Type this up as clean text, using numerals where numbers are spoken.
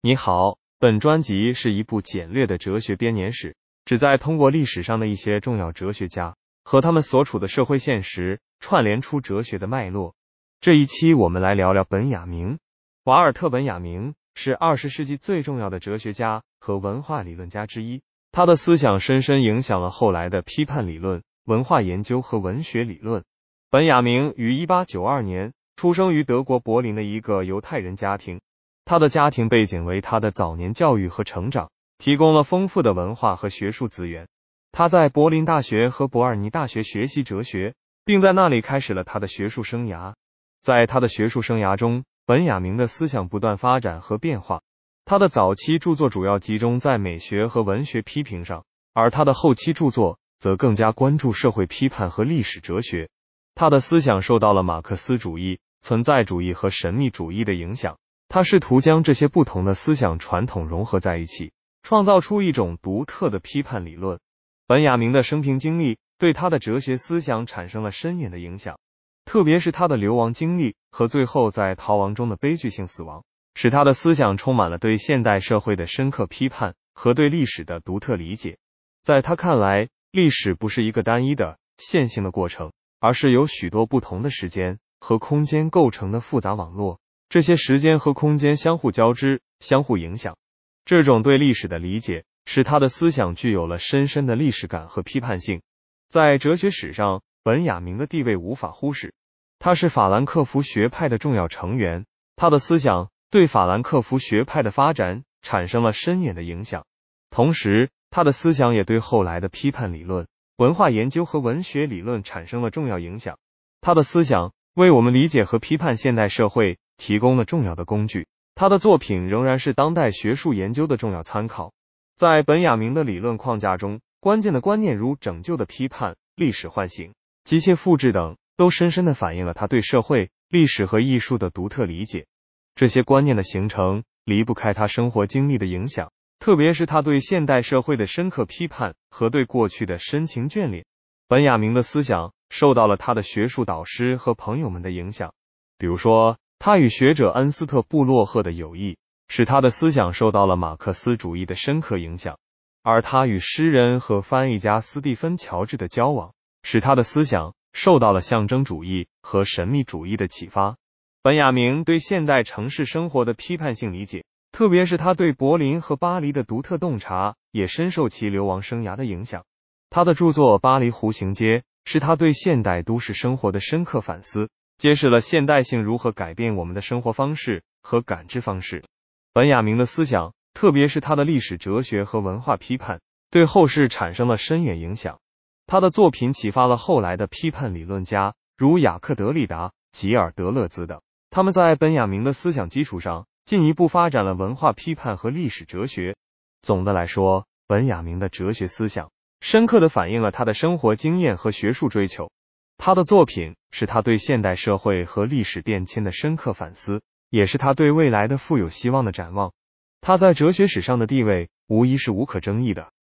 你好，本专辑是一部简略的哲学编年史，旨在通过历史上的一些重要哲学家和他们所处的社会现实，串联出哲学的脉络。这一期我们来聊聊本雅明。瓦尔特·本雅明是20世纪最重要的哲学家和文化理论家之一，他的思想深深影响了后来的批判理论、文化研究和文学理论。本雅明于1892年出生于德国柏林的一个犹太人家庭，他的家庭背景为他的早年教育和成长提供了丰富的文化和学术资源。他在柏林大学和伯尔尼大学学习哲学，并在那里开始了他的学术生涯。在他的学术生涯中，本雅明的思想不断发展和变化。他的早期著作主要集中在美学和文学批评上，而他的后期著作则更加关注社会批判和历史哲学。他的思想受到了马克思主义、存在主义和神秘主义的影响。他试图将这些不同的思想传统融合在一起，创造出一种独特的批判理论。本雅明的生平经历对他的哲学思想产生了深远的影响，特别是他的流亡经历和最后在逃亡中的悲剧性死亡，使他的思想充满了对现代社会的深刻批判和对历史的独特理解。在他看来，历史不是一个单一的线性的过程，而是由许多不同的时间和空间构成的复杂网络，这些时间和空间相互交织，相互影响。这种对历史的理解使他的思想具有了深深的历史感和批判性。在哲学史上，本雅明的地位无法忽视。他是法兰克福学派的重要成员，他的思想对法兰克福学派的发展产生了深远的影响。同时，他的思想也对后来的批判理论、文化研究和文学理论产生了重要影响。他的思想为我们理解和批判现代社会提供了重要的工具。他的作品仍然是当代学术研究的重要参考。在本雅明的理论框架中，关键的观念如拯救的批判、历史唤醒、机械复制等，都深深地反映了他对社会、历史和艺术的独特理解。这些观念的形成离不开他生活经历的影响，特别是他对现代社会的深刻批判和对过去的深情眷恋。本雅明的思想受到了他的学术导师和朋友们的影响，比如说，他与学者恩斯特·布洛赫的友谊使他的思想受到了马克思主义的深刻影响，而他与诗人和翻译家斯蒂芬·乔治的交往使他的思想受到了象征主义和神秘主义的启发。本雅明对现代城市生活的批判性理解，特别是他对柏林和巴黎的独特洞察，也深受其流亡生涯的影响。他的著作《巴黎弧形街》是他对现代都市生活的深刻反思，揭示了现代性如何改变我们的生活方式和感知方式。本雅明的思想，特别是他的历史哲学和文化批判，对后世产生了深远影响。他的作品启发了后来的批判理论家，如雅克·德里达、吉尔·德勒兹等。他们在本雅明的思想基础上，进一步发展了文化批判和历史哲学。总的来说，本雅明的哲学思想深刻地反映了他的生活经验和学术追求。他的作品是他对现代社会和历史变迁的深刻反思，也是他对未来的富有希望的展望。他在哲学史上的地位无疑是无可争议的。